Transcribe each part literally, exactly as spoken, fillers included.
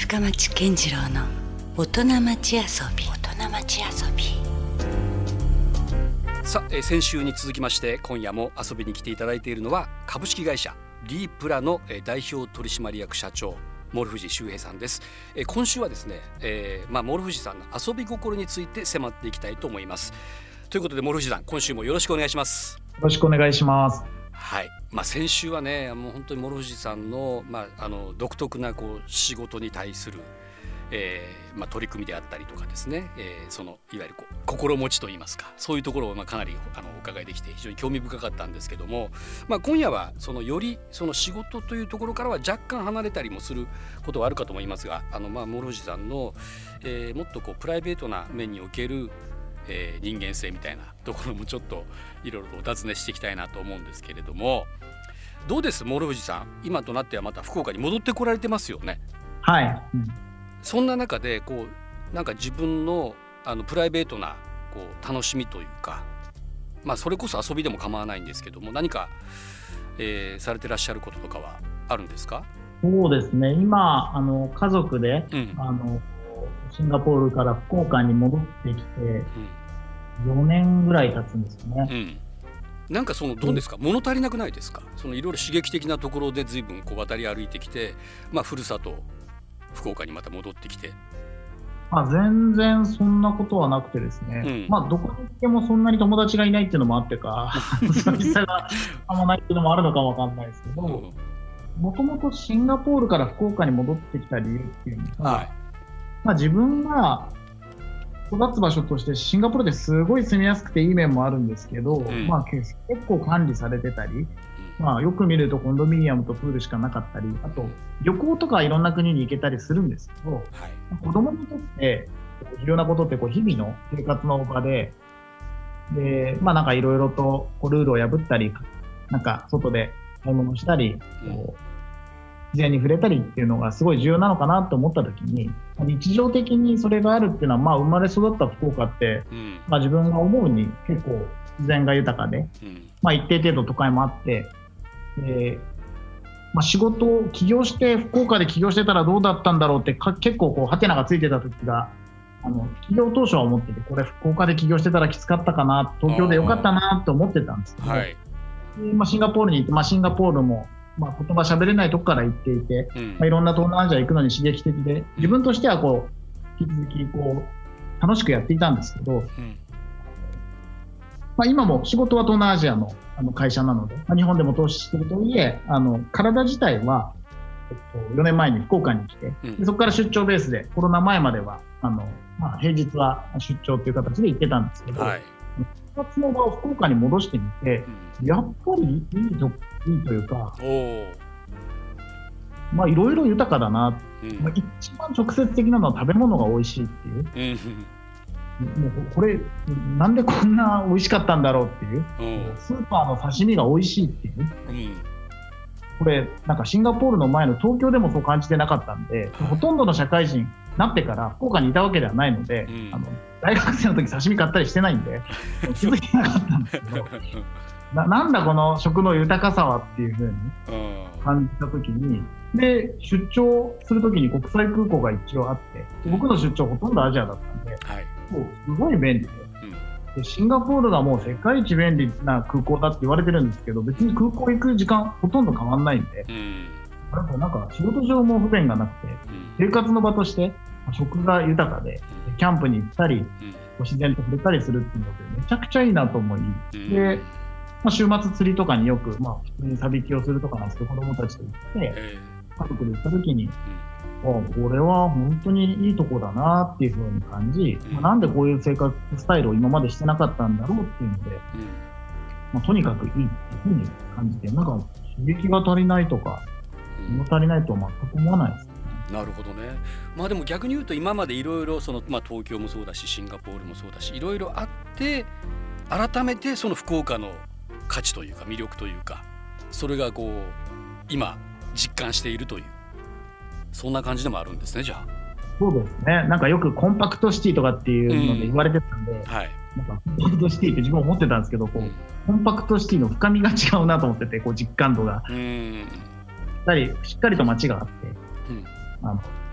深町健次郎の大人町遊び大人町遊び。 さあ、えー、先週に続きまして今夜も遊びに来ていただいているのは株式会社リープラの、えー、代表取締役社長諸藤修平さんです。えー、今週はですね、えーまあ、諸藤さんの遊び心について迫っていきたいと思います。ということで諸藤さん、今週もよろしくお願いします。 よろしくお願いします。 はい、まあ、先週はね、もう本当に諸藤さんの、まあ、あの独特なこう仕事に対する、えーまあ、取り組みであったりとかですね、えー、そのいわゆるこう心持ちといいますか、そういうところをまあかなりあのお伺いできて非常に興味深かったんですけども、まあ、今夜はそのよりその仕事というところからは若干離れたりもすることはあるかと思いますが、あのまあ諸藤さんの、えー、もっとこうプライベートな面におけるえー、人間性みたいなところもちょっといろいろとお尋ねしていきたいなと思うんですけれども、どうです諸藤さん、今となってはまた福岡に戻ってこられてますよね。 はい、うん、 そんな中でこうなんか自分の、あのプライベートなこう楽しみというか、まあ、それこそ遊びでも構わないんですけども、何か、えー、されてらっしゃることとかはあるんですか？ そうですね、今あの家族で、うん、あのシンガポールから福岡に戻ってきてよねんぐらい経つんですよね。 うん、なんかそのどうですか、物足りなくないですか？そのいろいろ刺激的なところで随分こう渡り歩いてきて、まあ、ふるさと福岡にまた戻ってきて、 まあ、全然そんなことはなくてですね、うん、まあ、どこに行ってもそんなに友達がいないっていうのもあってか寂しさがあんまないっていうのもあるのかもわかんないですけど、もともとシンガポールから福岡に戻ってきた理由っていうのが、はい、まあ、自分が育つ場所としてシンガポールですごい住みやすくていい面もあるんですけど、うん、まあ、結構管理されてたり、まあ、よく見るとコンドミニアムとプールしかなかったり、あと旅行とかいろんな国に行けたりするんですけど、はい、子供にとって重要なことってこう日々の生活の場で、で、まあ、なんかいろいろとこうルールを破ったり、なんか外で買い物したり、うん、こう自然に触れたりっていうのがすごい重要なのかなと思った時に、日常的にそれがあるっていうのは、まあ、生まれ育った福岡って、うん、まあ、自分が思うに結構自然が豊かで、うん、まあ、一定程度都会もあって、で、まあ、仕事を起業して福岡で起業してたらどうだったんだろうってか結構こうハテナがついてた時が、あの起業当初は思ってて、これ福岡で起業してたらきつかったかな、東京でよかったなと思ってたんですけど、はい、で、まあ、シンガポールに行って、まあ、シンガポールもまあ、言葉喋れないとこから行っていて、うん、まあ、いろんな東南アジア行くのに刺激的で、自分としてはこう引き続きこう楽しくやっていたんですけど、うん、まあ、今も仕事は東南アジア の, あの会社なので、まあ、日本でも投資しているとはいえ、あの体自体は、えっと、よねんまえに福岡に来て、うん、でそこから出張ベースでコロナ前まではあの、まあ、平日は出張という形で行ってたんですけど、はい、ふたつの場を福岡に戻してみて、うん、やっぱりいいといいというか、まあいろいろ豊かだな、うん、まあ、一番直接的なのは食べ物が美味しいっていう、うん、もうこれなんでこんな美味しかったんだろうっていう、うん、スーパーの刺身が美味しいっていう、うん、これなんかシンガポールの前の東京でもそう感じてなかったんで、ほとんどの社会人になってから福岡にいたわけではないので、うん、あの大学生の時刺身買ったりしてないんで気づいてなかったんですけどな, なんだこの食の豊かさはっていう風に感じた時に、で出張する時に国際空港が一応あって、僕の出張ほとんどアジアだったんで、はい、もうすごい便利 で,、うん、でシンガポールがもう世界一便利な空港だって言われてるんですけど、別に空港行く時間ほとんど変わんないんで、うん、なんか仕事上も不便がなくて、うん、生活の場として食が豊かで、キャンプに行ったり、うん、自然と触れたりするっていうのでめちゃくちゃいいなと思い、うん、でまあ、週末釣りとかによく、まあ、普通にサビキをするとかなんですけど、子供たちと行って、えー、家族で行った時に、うん、これは本当にいいとこだなっていうふうに感じ、うん、まあ、なんでこういう生活スタイルを今までしてなかったんだろうっていうので、うん、まあ、とにかくいいっていうふうに感じて、なんか刺激が足りないとか、物足りないとは全く思わないですね。 なるほどね。まあでも逆に言うと今までいろいろその、まあ、東京もそうだしシンガポールもそうだしいろいろあって改めてその福岡の価値というか魅力というか、それがこう今実感しているという、そんな感じでもあるんですね。じゃあそうですね。なんかよくコンパクトシティとかっていうので言われてたんで、うん、はい、なんかコンパクトシティって自分思ってたんですけど、こう、うん、コンパクトシティの深みが違うなと思ってて、こう実感度が、うん、しっかりしっかりと街があって、うん、あの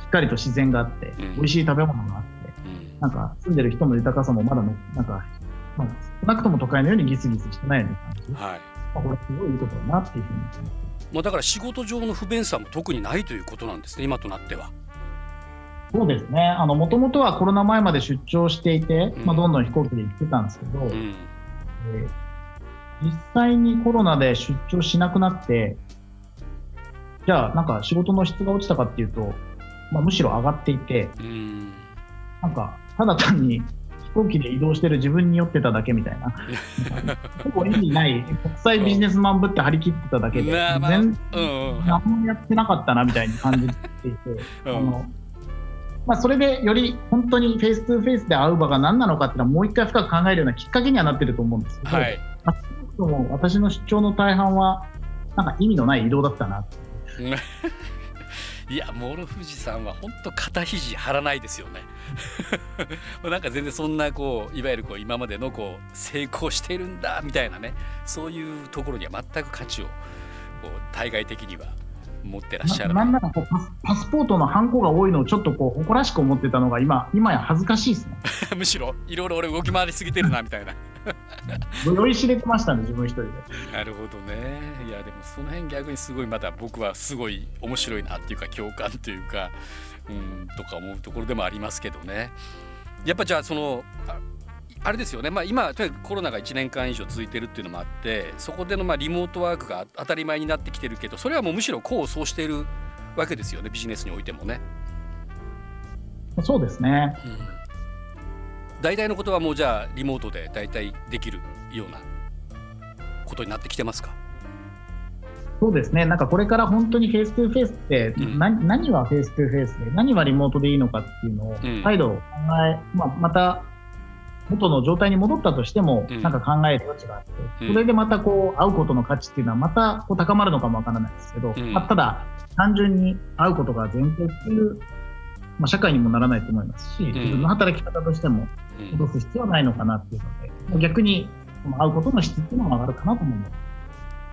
っかりと自然があって、うん、美味しい食べ物があって、うん、なんか住んでる人の豊かさもまだのなんか、まあ、少なくとも都会のようにギスギスしてないような感じ、はい、まあ、これすごいいいことだなっていうふうに思います。 まあ、だから仕事上の不便さも特にないということなんですね、今となっては。 そうですね、もともとはコロナ前まで出張していて、うん、まあ、どんどん飛行機で行ってたんですけど、うん、えー、実際にコロナで出張しなくなって、じゃあなんか仕事の質が落ちたかっていうと、まあ、むしろ上がっていて、うん、なんかただ単に飛行機で移動してる自分に酔ってただけみたいなほぼ意味ない国際ビジネスマンぶって張り切ってただけで、全然何もやってなかったなみたいに感じていて、うん、あのまあ、それでより本当にフェイス2フェイスで会う場が何なのかっていうのはもう一回深く考えるようなきっかけにはなってると思うんですけど、はい、まあ、少なくとも私の出張の大半はなんか意味のない移動だったなっていや、諸富士さんは本当肩肘張らないですよねなんか全然そんなこういわゆるこう今までのこう成功しているんだみたいなね、そういうところには全く価値をこう対外的には持ってらっしゃる。 な, なんならこう パ, スパスポートのハンコが多いのをちょっとこう誇らしく思ってたのが今今や恥ずかしいですねむしろいろいろ俺動き回りすぎてるなみたいな酔いしれてましたね、自分一人で。 なるほどね。いやでもその辺逆にすごいまた僕はすごい面白いなっていうか共感というか、うんとか思うところでもありますけどね。やっぱじゃあその あ, あれですよね、まあ、今とにかくコロナがいちねんかん以上続いてるっていうのもあって、そこでのまあリモートワークが当たり前になってきてるけど、それはもうむしろ功を奏しているわけですよね、ビジネスにおいてもね。 そうですね、うん、 大体のことはもうじゃあリモートで大体できるようなことになってきてますか？ そうですね、なんかこれから本当にフェイス2フェイスって何、うん、何はフェイス2フェイスで何はリモートでいいのかっていうのを再度考え、うん、まあ、また元の状態に戻ったとしてもなんか考える余地があって、うん、それでまたこう会うことの価値っていうのはまたこう高まるのかもわからないですけど、うん、まあ、ただ単純に会うことが前提っていう、まあ、社会にもならないと思いますし、うん、自分の働き方としても戻す必要はないのかなっていうので、逆に会うことの質っていうのも上がるかなと思います。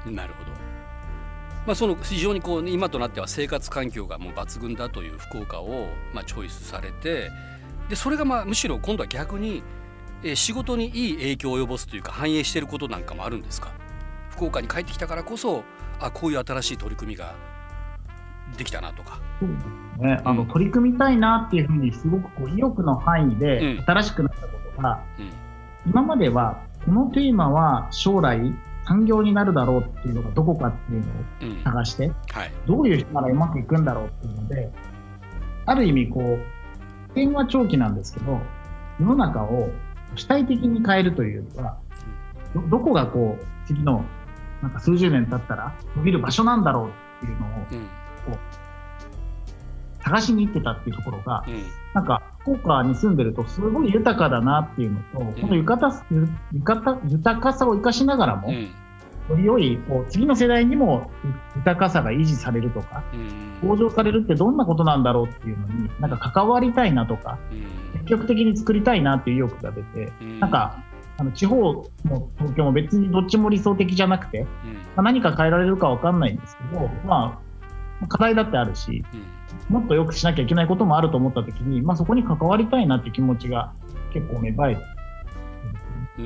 なるほど。まあ、その非常にこう今となっては生活環境がもう抜群だという福岡をまあチョイスされて、でそれがまあむしろ今度は逆に仕事にいい影響を及ぼすというか反映していることなんかもあるんですか？福岡に帰ってきたからこそ、あ、こういう新しい取り組みができたなとか。 そうですね、あの、うん、取り組みたいなっていうふうにすごくこう意欲の範囲で新しくなったことが、うんうん、今まではこのテーマは将来産業になるだろうっていうのがどこかっていうのを探して、うん、はい、どういう人ならうまくいくんだろうっていうので、ある意味こう視点は長期なんですけど、世の中を主体的に変えるというよりは、 ど, どこがこう次のなんか数十年経ったら伸びる場所なんだろうっていうのを、うん、こう探しに行ってたっていうところが、うん、なんか福岡に住んでるとすごい豊かだなっていうのと、うん、この豊か、豊か、豊かさを生かしながらも、うん、より良いこう次の世代にも豊かさが維持されるとか、うん、向上されるってどんなことなんだろうっていうのになんか関わりたいなとか、うん、積極的に作りたいなっていう意欲が出て、うん、なんかあの地方も東京も別にどっちも理想的じゃなくて、うん、まあ、何か変えられるか分かんないんですけど、まあ、課題だってあるし、うん、もっと良くしなきゃいけないこともあると思った時に、まあ、そこに関わりたいなっていう気持ちが結構芽生えて、うん、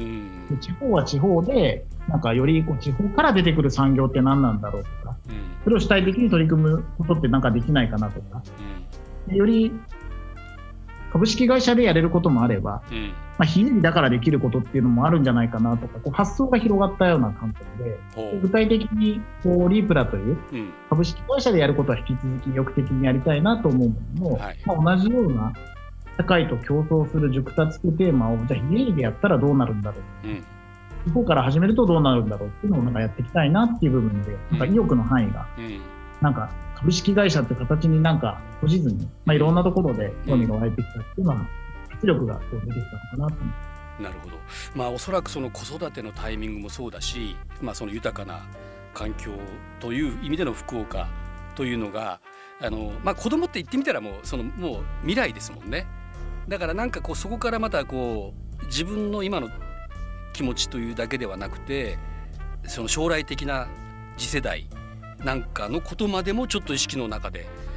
で地方は地方でなんかよりこう地方から出てくる産業って何なんだろうとか、うん、それを主体的に取り組むことってなんかできないかなとか、うん、でより株式会社でやれることもあれば、うん、まあ、非営利だからできることっていうのもあるんじゃないかなとか、こう発想が広がったような感覚で、具体的にこうリープラという株式会社でやることは引き続き意欲的にやりたいなと思うものも、はい、まあ、同じような社会と競争する熟達というテーマをじゃあ非営利でやったらどうなるんだろう、うん、地方から始めるとどうなるんだろうっていうのをなんかやっていきたいなっていう部分で、なんか意欲の範囲が、うん、なんか株式会社って形になんか閉じずに、まあ、いろんなところで興味が湧いてきたっていうのは、活力がこう出てきたのかなと思います。 なるほど。まあ、おそらくその子育てのタイミングもそうだし、まあ、その豊かな環境という意味での福岡というのが、あの、まあ、子供って言ってみたらもうそのもう未来ですもんね。だからなんかこうそこからまたこう自分の今の気持ちというだけではなくて、その将来的な次世代なんかのことまでもちょっと意識の中で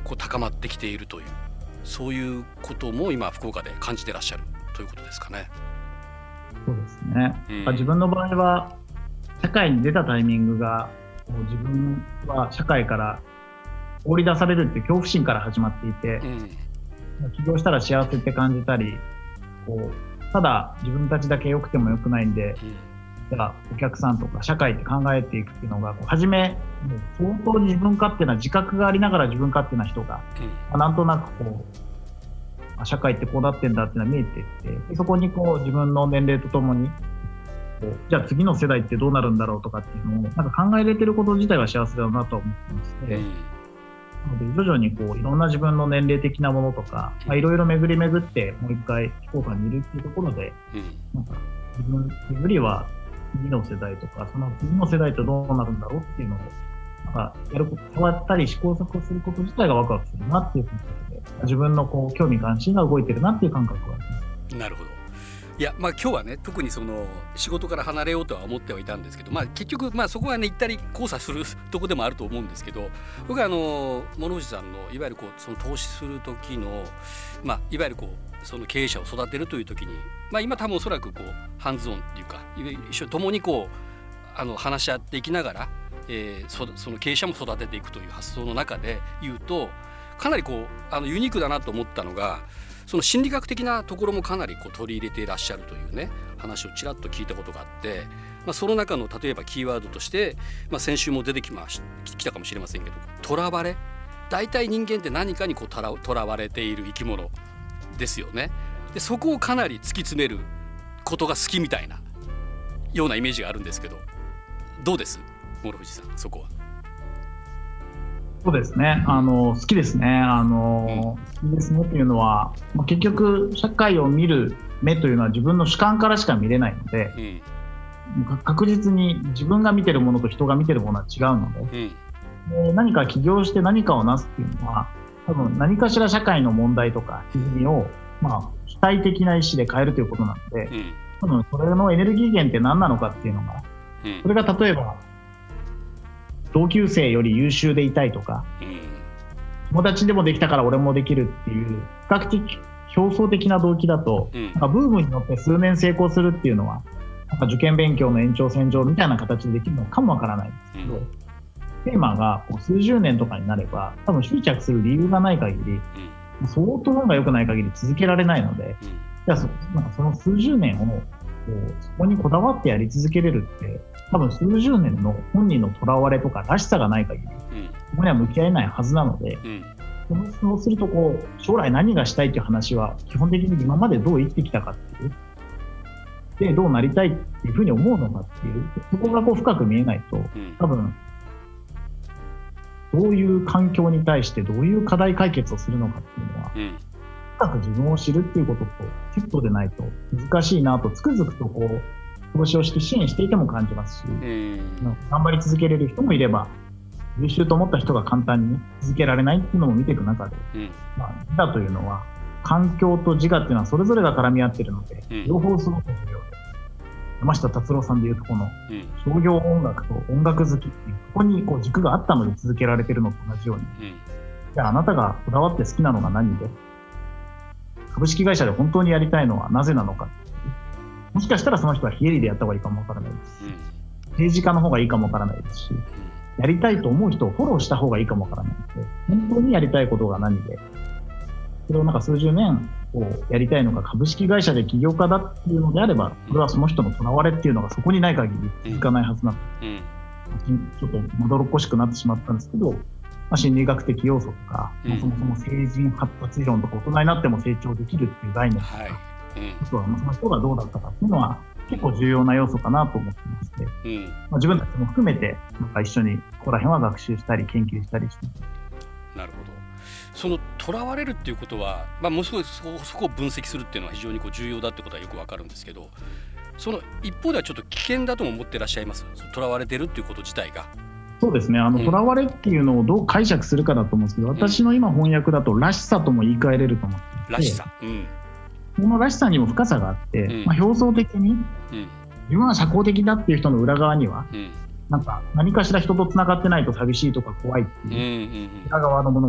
こう高まってきているという、そういうことも今福岡で感じてらっしゃるということですかね。 そうですね、 うん、 自分の場合は社会に出たタイミングがもう自分は社会から放り出されるっていう恐怖心から始まっていて、うん、起業したら幸せって感じたり、こうただ自分たちだけ良くても良くないんで、うん、じゃあお客さんとか社会って考えていくっていうのがこう初めもう相当に自分勝手な自覚がありながら自分勝手な人が、うんまあ、なんとなくこう社会ってこうなってんだっていうのが見えていって、そこにこう自分の年齢とともにこうじゃあ次の世代ってどうなるんだろうとかっていうのをなんか考えれてること自体は幸せだなと思ってまして、うん、なので徐々にこういろんな自分の年齢的なものとかいろいろ巡り巡ってもう一回福岡にいるっていうところで、うん、なんか自分よりは次の世代とかその次の世代とどうなるんだろうっていうのをなんかやること変わったり試行錯誤すること自体がワクワクするなっていう感覚で、自分のこう興味関心が動いてるなっていう感覚があります。 なるほど。いやまあ今日はね特にその仕事から離れようとは思ってはいたんですけど、まあ、結局まあそこはね行ったり交差するとこでもあると思うんですけど、僕はあの諸星さんのいわゆるこうその投資する時の、まあ、いわゆるこうその経営者を育てるという時に、まあ、今多分おそらくこうハンズオンっていうか一緒に共にこうあの話し合っていきながら、えー、そ, その経営者も育てていくという発想の中で言うとかなりこうあのユニークだなと思ったのが、その心理学的なところもかなりこう取り入れていらっしゃるというね話をちらっと聞いたことがあって、まあ、その中の例えばキーワードとして、まあ、先週も出てきましきたかもしれませんけど、とらわれ、大体人間って何かにこうとら、とらわれている生き物ですよね。でそこをかなり突き詰めることが好きみたいなようなイメージがあるんですけど、どうです諸星さん、そこは。 そうですね、あの好きですね、あの、うん、好きですねというのは、まあ、結局社会を見る目というのは自分の主観からしか見れないので、うん、確実に自分が見てるものと人が見てるものは違うので、うん、で何か起業して何かをなすっていうのは多分何かしら社会の問題とか歪みを、まあ、主体的な意思で変えるということなので、うん、多分それのエネルギー源って何なのかっていうのが、うん、それが例えば同級生より優秀でいたいとか、うん、友達でもできたから俺もできるっていう比較的表層的な動機だと、うん、なんかブームによって数年成功するっていうのはなんか受験勉強の延長線上みたいな形でできるのかもわからないんですけど、うん、テーマがこう数十年とかになれば多分執着する理由がない限り、うん、相当運が良くない限り続けられないので、うん、じゃあ そ, なんかその数十年をこうそこにこだわってやり続けれるって多分数十年の本人のとらわれとからしさがない限り、うん、そこには向き合えないはずなので、うん、そうするとこう将来何がしたいという話は基本的に今までどう生きてきたかっていうでどうなりたいっていうふうに思うのかっていうそこがこう深く見えないと、うん、多分どういう環境に対してどういう課題解決をするのかっていうのは、うん、深く自分を知るっていうこととセットでないと難しいなとつくづくとこう投資をして支援していても感じますし、うん、頑張り続けれる人もいれば優秀と思った人が簡単に続けられないっていうのも見ていく中で、うんまあ、自我というのは環境と自我っていうのはそれぞれが絡み合っているので、うん、両方すごく重要で山下達郎さんでいうとこの商業音楽と音楽好きっていうここにこう軸があったので続けられているのと同じように、うん、じゃああなたがこだわって好きなのが何で株式会社で本当にやりたいのはなぜなのか、もしかしたらその人は非営利でやった方がいいかもわからないですし、うん、政治家の方がいいかもわからないですし、やりたいと思う人をフォローした方がいいかもわからないので、本当にやりたいことが何で、それをなんか数十年こうやりたいのが株式会社で起業家だっていうのであれば、これはその人のとらわれっていうのがそこにない限り続かないはずなので、うん、ちょっとまどろっこしくなってしまったんですけど、まあ、心理学的要素とか、うん、そもそも成人発達理論とか大人になっても成長できるっていう概念とか、はいあとはその人がどうだったかっていうのは結構重要な要素かなと思ってまして、うんまあ、自分たちも含めてなんか一緒にここら辺は学習したり研究したりしてます。 なるほど。そのとらわれるっていうことは、まあ、ものすごい そ, そこを分析するっていうのは非常にこう重要だってことはよくわかるんですけど、その一方ではちょっと危険だとも思ってらっしゃいます。とらわれてるっていうこと自体が。 そうですね、あのとらわれっていうのをどう解釈するかだと思うんですけど、うん、私の今翻訳だとらしさとも言い換えれると思っていて、 らしさ、うんこのらしさにも深さがあって、うんまあ、表層的に、うん、自分は社交的だっていう人の裏側には、うん、なんか何かしら人とつながってないと寂しいとか怖いっていう裏側のものがあって、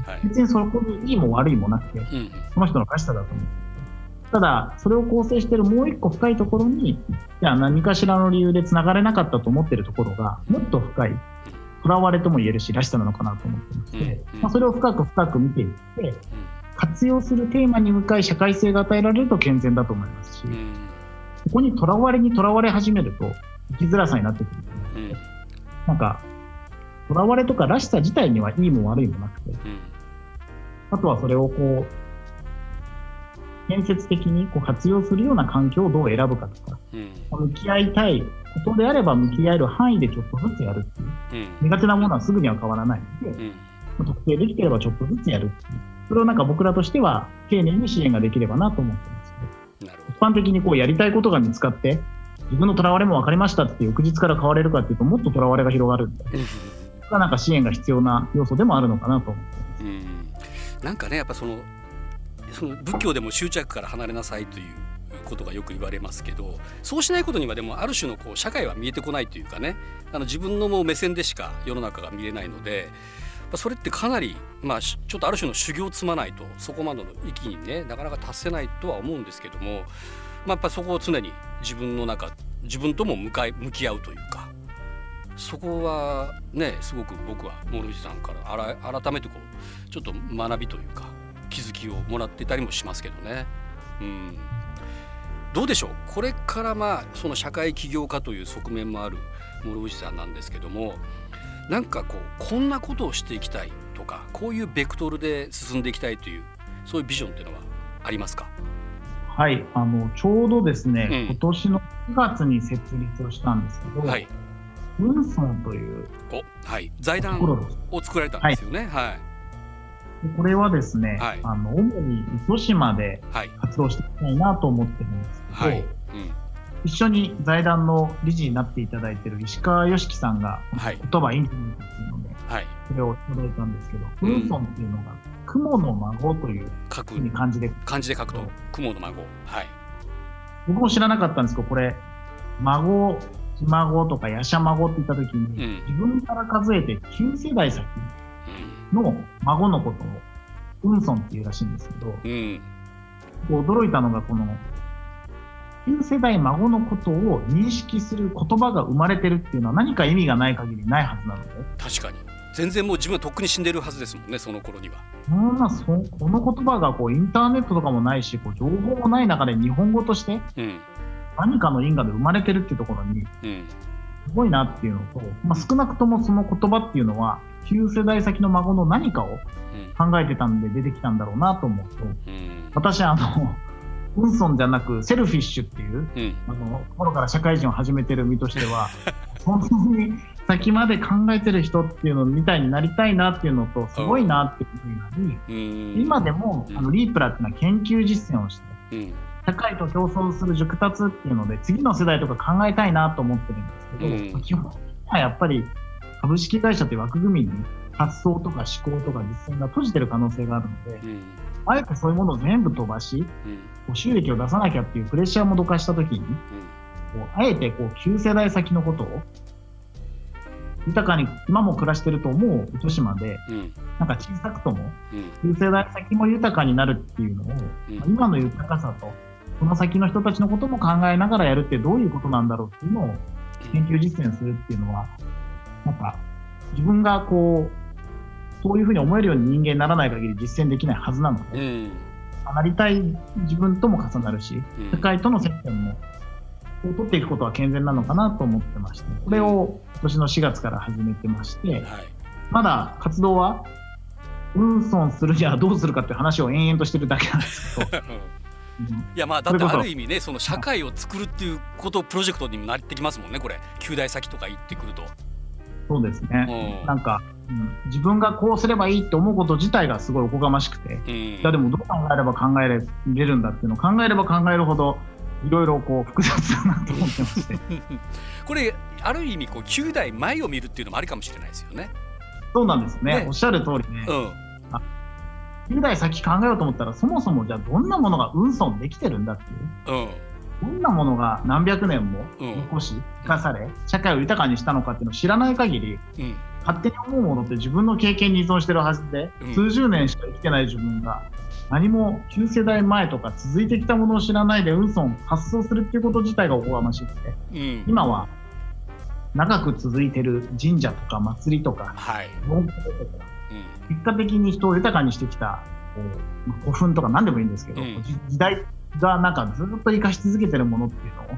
はい、 別にそこにいいも悪いもなくて、 うん、 その人のらしさだと思う。ただそれを構成しているもう一個深いところに、いや何かしらの理由でつながれなかったと思っているところがもっと深いとらわれとも言えるしらしさなのかなと思ってまして、 うん、 まあ、それを深く深く見ていって活用するテーマに向かい社会性が与えられると健全だと思いますし、うん、ここにとらわれにとらわれ始めると生きづらさになってくると思うので、うん、なんかとらわれとからしさ自体にはいいも悪いもなくて、うん、あとはそれをこう建設的にこう活用するような環境をどう選ぶかとか、うん、向き合いたいことであれば向き合える範囲でちょっとずつやるっていう、うん、苦手なものはすぐには変わらないので、うん、特定できていればちょっとずつやるっていう、それをなんか僕らとしては丁寧に支援ができればなと思ってます、ね、なるほど。一般的にこうやりたいことが見つかって自分のとらわれも分かりましたって翌日から変われるかっていうともっととらわれが広がるんで、うん、それがなんか支援が必要な要素でもあるのかなと思ってます、うん、 なんかねやっぱそのその仏教でも執着から離れなさいということがよく言われますけど、そうしないことにはでもある種のこう社会は見えてこないというかね、あの自分のもう目線でしか世の中が見れないので、それってかなり、まあ、ちょっとある種の修行を積まないとそこまでの域にねなかなか達せないとは思うんですけども、まあ、やっぱそこを常に自分の中自分とも向かい向き合うというか、そこはねすごく僕は諸藤さんからあら改めてこうちょっと学びというか気づきをもらっていたりもしますけどね、うん、どうでしょうこれからまあその社会起業家という側面もある諸藤さんなんですけども、なんかこうこんなことをしていきたいとかこういうベクトルで進んでいきたいというそういうビジョンっていうのはありますか？ はい、あのちょうどですね、うん、今年のくがつに設立をしたんですけど、はい、ウンソンというお、はい、財団を作られたんですよね。はいはい、 これはですね、はい、あの主に糸島で活動していきたいなと思ってるんですけど、はいうん、一緒に財団の理事になっていただいている石川良樹さんが言葉いいんじゃないかっていうので、はい、それを届いたんですけど、ウンソンっていうのが雲の孫というふうに漢字で漢字で書くと雲の孫、はい、 僕も知らなかったんですけど、これ孫ひ孫とかやしゃ孫って言った時に、うん、自分から数えてきゅうせだい先の孫のことをウンソンっていうらしいんですけど、うん、驚いたのがこのきゅうせだい孫のことを認識する言葉が生まれてるっていうのは何か意味がない限りないはずなので、 確かに全然もう自分はとっくに死んでるはずですもんね、その頃には。 まあ、そこの言葉がこうインターネットとかもないしこう情報もない中で日本語として何かの因果で生まれてるっていうところにすごいなっていうのと、まあ、少なくともその言葉っていうのはきゅうせだい先の孫の何かを考えてたんで出てきたんだろうなと思うと、うん、私はあのウンソンじゃなくセルフィッシュっていう、うん、あの頃から社会人を始めてる身としては本当に先まで考えてる人っていうのみたいになりたいなっていうのとすごいなっていうふうになり、今でもあのリープラっていうのは研究実践をして、うん、社会と競争する熟達っていうので次の世代とか考えたいなと思ってるんですけど、うん、基本的にはやっぱり株式会社という枠組みに発想とか思考とか実践が閉じてる可能性があるので、うん、あえてそういうものを全部飛ばし、うん、こう収益を出さなきゃっていうプレッシャーもどかしたときに、うん、こうあえてこうきゅうせだい先のことを豊かに今も暮らしてると思う糸島で、うん、なんか小さくとも、うん、きゅうせだい先も豊かになるっていうのを、うん、今の豊かさとこの先の人たちのことも考えながらやるってどういうことなんだろうっていうのを研究実践するっていうのは、なんか自分がこうそういうふうに思えるように人間にならない限り実践できないはずなので、うん、なりたい自分とも重なるし、うん、世界との接点もを取っていくことは健全なのかなと思ってまして、これを今年のしがつから始めてまして、はい、まだ活動はウンソンするにはどうするかっていう話を延々としてるだけなんですけどうん、いやまあだってある意味ね、その社会を作るっていうことをプロジェクトにもなってきますもんね、これきゅうだい先とか行ってくると。 そうですね、うん、なんか、うん、自分がこうすればいいって思うこと自体がすごいおこがましくて、うん、いやでもどう考えれば考えれるんだっていうのを考えれば考えるほどいろいろこう複雑だなと思ってましてこれある意味こうきゅうだいまえを見るっていうのもありかもしれないですよね。 そうなんですね、ね、おっしゃる通りね、うん、きゅうだい先考えようと思ったらそもそもじゃあどんなものが運送できてるんだっていう、うん、どんなものが何百年も残し生かされ、うん、社会を豊かにしたのかっていうのを知らない限り、うん、 勝手に思うものって自分の経験に依存してるはずで、 うん、 数十年しか生きてない自分が何もきゅう世代前とか続いてきたものを知らないで運送を発想するっていうこと自体がおこがましくて、うん、今は長く続いてる神社とか祭りとか、 はい、 文句とか、うん、結果的に人を豊かにしてきた古墳とか何でもいいんですけど、うん、時代がなんかずっと生かし続けてるものっていうのを、うん、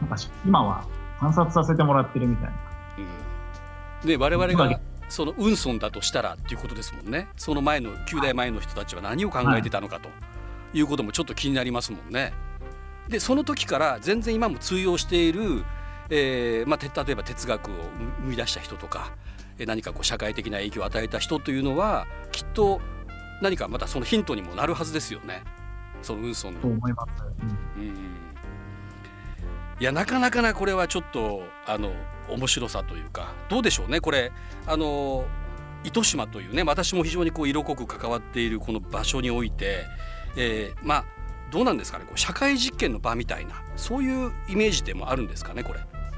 なんか今は観察させてもらってるみたいな。 うん、で我々がその運送だとしたらっていうことですもんね。その前のきゅう代前の人たちは何を考えてたのかということもちょっと気になりますもんね。でその時から全然今も通用している、えーまあ、例えば哲学を生み出した人とか何かこう社会的な影響を与えた人というのはきっと何かまたそのヒントにもなるはずですよね。その運送の。 と思います。 うんうん、いやなかなかなこれはちょっとあの面白さというかどうでしょうね。これあの糸島というね私も非常にこう色濃く関わっているこの場所において、えー、まあどうなんですかねこう社会実験の場みたいなそういうイメージでもあるんですかねこれ。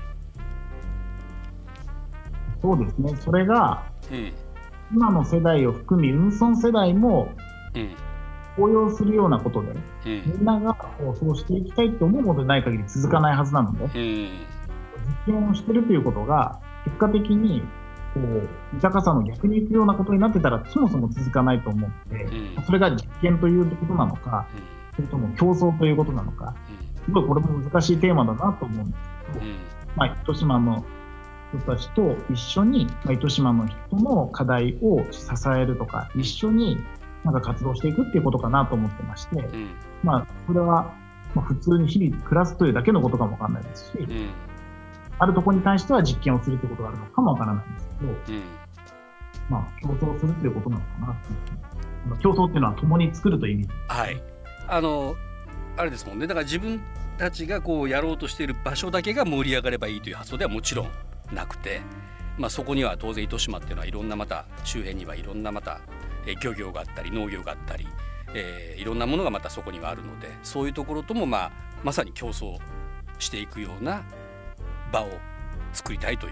そうですね。それが、うん、今の世代を含み運送世代も、うん応用するようなことで、うん、みんながこうそうしていきたいって思うものでない限り続かないはずなので、うん、実験をしてるということが結果的にこう豊かさの逆にいくようなことになってたらそもそも続かないと思って、うん、それが実験ということなのか、うん、それとも競争ということなのか、すごいこれも難しいテーマだなと思うんですけど、うんまあ、糸島の人たちと一緒に、まあ、糸島の人の課題を支えるとか一緒になんか活動していくっていうことかなと思ってまして、うん、まあそれはまあ普通に日々暮らすというだけのことかもわかんないですし、うん、あるところに対しては実験をするということがあるのかもわからないんですけど、うん、まあ競争するということなのかなと。競争っていうのは共に作るという意味です。 はい。あのあれですもんね。だから自分たちがこうやろうとしている場所だけが盛り上がればいいという発想ではもちろんなくて、まあそこには当然糸島っていうのはいろんなまた周辺にはいろんなまた漁業があったり農業があったり、えー、いろんなものがまたそこにはあるのでそういうところとも、まあ、まさに競争していくような場を作りたいという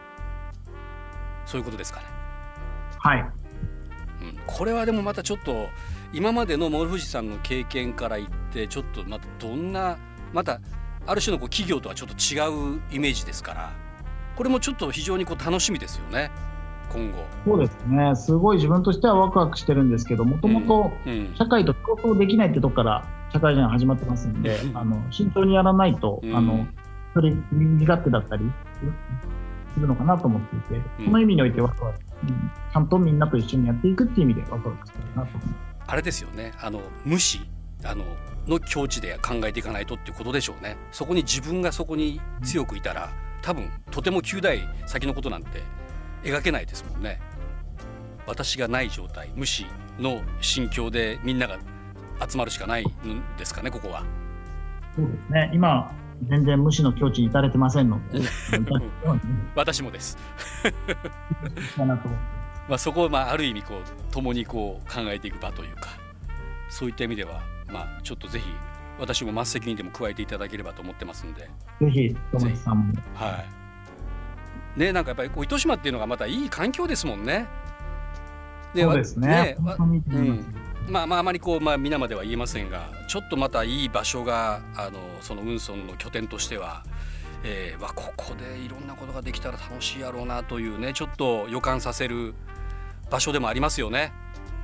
そういうことですかね。 はい、 うん、これはでもまたちょっと今までの諸富士さんの経験から言ってちょっとまたどんなまたある種のこう企業とはちょっと違うイメージですからこれもちょっと非常にこう楽しみですよね。今後そうですね。すごい自分としてはワクワクしてるんですけどもともと社会と競争できないってとこから社会人が始まってますんで、うん、あの慎重にやらないと、うん、あのそれ身勝手だったりするのかなと思っていて、うん、その意味においてワクワク、うん、ちゃんとみんなと一緒にやっていくっていう意味でワクワクしてるなと思います。 あれですよね。あの無視あのの境地で考えていかないとっていうことでしょうね。そこに自分がそこに強くいたら多分とてもきゅう代先のことなんて描けないですもんね。私がない状態無視の心境でみんなが集まるしかないんですかねここは。 そうですね。今全然無視の境地に至れてませんので私もですまあそこをまあある意味こう共にこう考えていく場というかそういった意味ではまあちょっとぜひ私も末席にでも加えていただければと思ってますんでぜひ友達さんもはいね、なんかやっぱり糸島っていうのがまたいい環境ですもんね。 でそうですね。ね本当にうん、まあまああまりこう、まあ、皆までは言えませんがちょっとまたいい場所があのその運送の拠点としては、えー、わここでいろんなことができたら楽しいやろうなというねちょっと予感させる場所でもありますよね。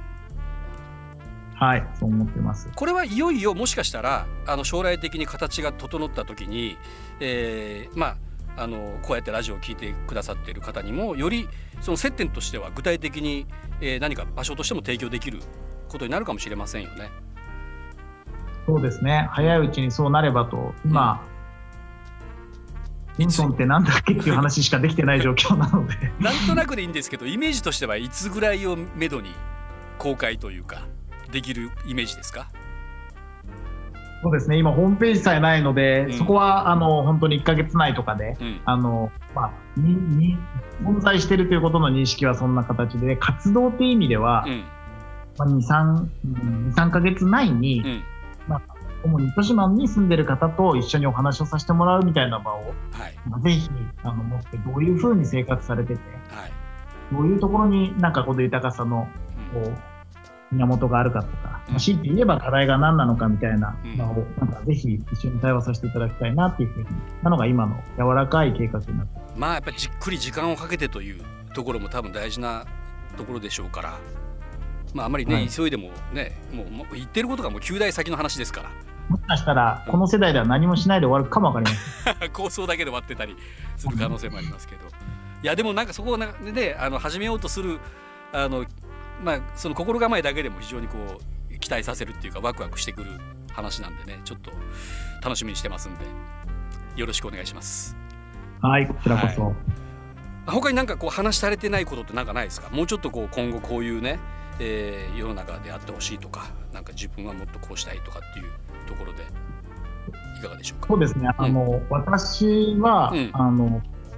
はい、そう思ってます。 これはいよいよもしかしたらあの将来的に形が整った時に、えー、まああのこうやってラジオを聞いてくださっている方にもよりその接点としては具体的に、えー、何か場所としても提供できることになるかもしれませんよね。 そうですね。早いうちにそうなればと今、うん、運送ってなんだっけっていう話しかできてない状況なのでなんとなくでいいんですけどイメージとしてはいつぐらいをめどに公開というかできるイメージですか？ そうですね。今ホームページさえないので、うん、そこはあの本当にいっかげつまえとかで、うん、あのまあ、にに存在しているということの認識はそんな形で活動という意味では、うんまあ、にさんかげつまえに、うんまあ、主に糸島に住んでいる方と一緒にお話をさせてもらうみたいな場を、はいまあ、ぜひあの持ってどういうふうに生活されてて、はいどういうところになんかこの豊かさのこう源があるかとか、うん、強いて言えば課題が何なのかみたいなのを、なんかぜひ一緒に対話させていただきたいなっていうふうになのが今の柔らかい計画になってます。 まあやっぱりじっくり時間をかけてというところも多分大事なところでしょうから、まああまりね、はい、急いでもね、もう、もう言ってることがもうきゅう代先の話ですから。 もしかしたらこの世代では何もしないで終わるかもわかりません。 構想だけで終わってたりする可能性もありますけど、いやでもなんかそこをね、あの始めようとするあのまあ、その心構えだけでも非常にこう期待させるっていうかワクワクしてくる話なんでね、ちょっと楽しみにしてますんでよろしくお願いします。 はい、こちらこそ、はい、 他になんかこう話されてないことってなんかないですか？もうちょっとこう今後こういうね、えー、世の中であってほしいとか、なんか自分はもっとこうしたいとかっていうところでいかがでしょうか？ そうですね、あの、うん、私は、うん、あの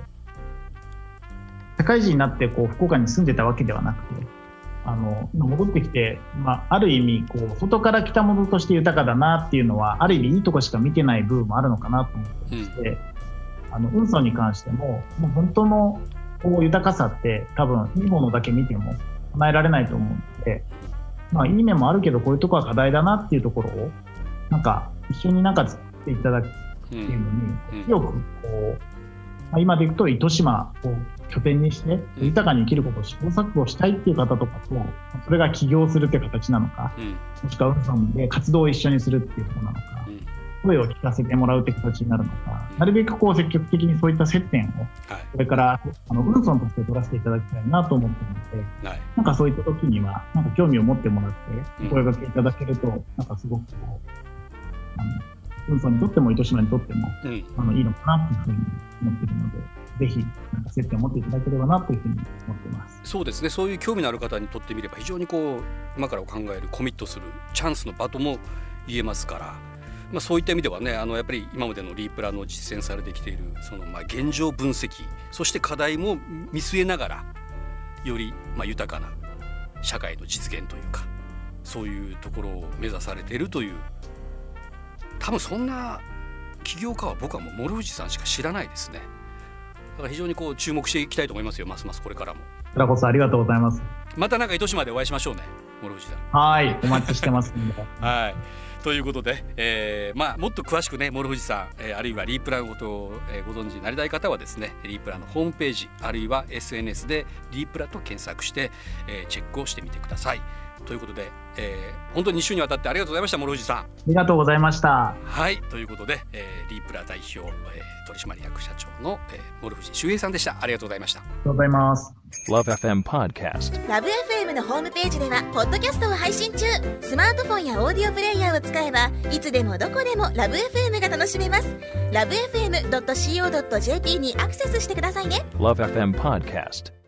社会人になってこう福岡に住んでたわけではなくて、あの戻ってきて、まあ、ある意味こう外から来たものとして豊かだなっていうのはある意味いいとこしか見てない部分もあるのかなと思ってまして、うん、あの運送に関しても、もう本当のこう豊かさって多分いいものだけ見ても叶えられないと思うので、まあ、いい面もあるけどこういうところは課題だなっていうところをなんか一緒になんか作っていただくっていうのに強くこう、まあ、今でいくと糸島を拠点にして豊かに生きることを試行錯誤したいっていう方とかと、それが起業するっていう形なのか、うん、もしくは運送で活動を一緒にするっていうことなのか、うん、声を聞かせてもらうっていう形になるのか、うん、なるべくこう積極的にそういった接点を、はい、これからあの運送として取らせていただきたいなと思っているので、はい、なんかそういった時にはなんか興味を持ってもらってお声掛けいただけると、うん、なんかすごくこうあの運送にとっても糸島にとっても、うん、あのいいのかなというふうに思っているので、ぜひなんか接点を持っていただければなというふうに思っています。 そうですね、そういう興味のある方にとってみれば非常にこう今から考えるコミットするチャンスの場とも言えますから、まあ、そういった意味ではね、あのやっぱり今までのリープラの実践されてきているそのまあ現状分析、そして課題も見据えながらよりまあ豊かな社会の実現というか、そういうところを目指されているという、多分そんな起業家は僕はもう諸藤さんしか知らないですね。だから非常にこう注目していきたいと思いますよ、ますますこれからも。 こちらこそありがとうございます。 またなんか糸島でお会いしましょうね、諸藤さん。 はい、お待ちしてますんではい、ということで、えーまあ、もっと詳しくね諸藤さん、えー、あるいはリープラのことを、えー、ご存知になりたい方はですね、リープラのホームページあるいは エスエヌエス でリープラと検索して、えー、チェックをしてみてください。ということで、えー、本当にに週にわたってありがとうございました、諸藤さん。ありがとうございました。 はい、ということで、えー、リープラ代表、えー、取締役社長の、えー、諸藤修平さんでした。ありがとうございました。ありがとうございます。 ラブエフエム Podcast。 ラブ エフエム のホームページではポッドキャストを配信中。スマートフォンやオーディオプレイヤーを使えばいつでもどこでもラブ エフエム が楽しめます。 ラブエフエムドットシーオードットジェーピー にアクセスしてくださいね。 ラブエフエム Podcast。